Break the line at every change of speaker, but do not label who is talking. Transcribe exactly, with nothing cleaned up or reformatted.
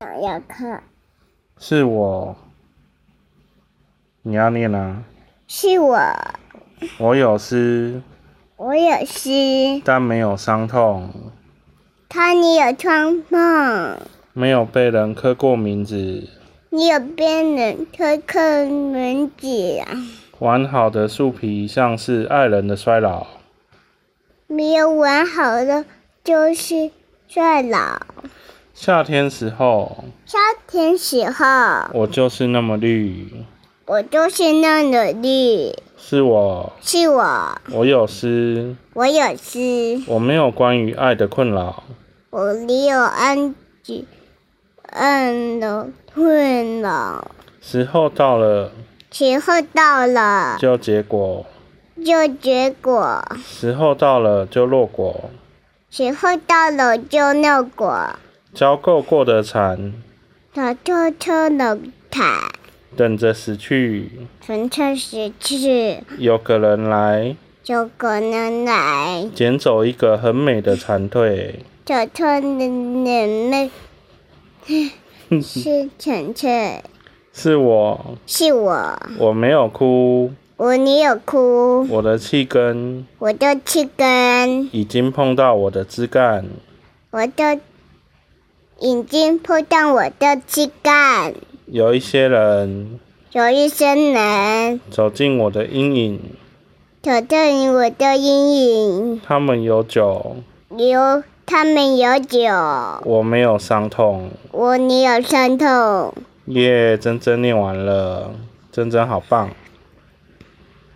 想要看。
是我，你要念啊。
是我，
我有诗，
我有诗，
但没有伤痛，
看你有创梦，
没有被人刻过名字，
你有被人刻刻名字啊。
完好的树皮像是爱人的衰老，
没有完好的就是衰老。
夏天时候，
夏天时候，
我就是那么绿，
我就是那么绿。
是我，
是我，
我有诗，
我有诗，
我没有关于爱的困扰，
我没有安居安的困扰。
时候到了，
时候到了，
就结果，
就结果。
时候到了就落果，
时候到了就落果。
交够过的蝉，
他偷偷的看，
等着死去，
纯粹死去，
有个人来，
有个人来，
捡走一个很美的蝉蜕。
偷偷的人们是纯粹。
是我，
是我，
我没有哭，
我没有哭，
我的气根
我的气根
已经碰到我的枝干，
我的已经碰到我的枝干。
有一些人
有一些人
走进我的阴影，
走进我的阴影，
他们有酒，
有他们有酒，
我没有伤痛。
我没有伤痛。
耶，珍珍念完了，珍珍好棒。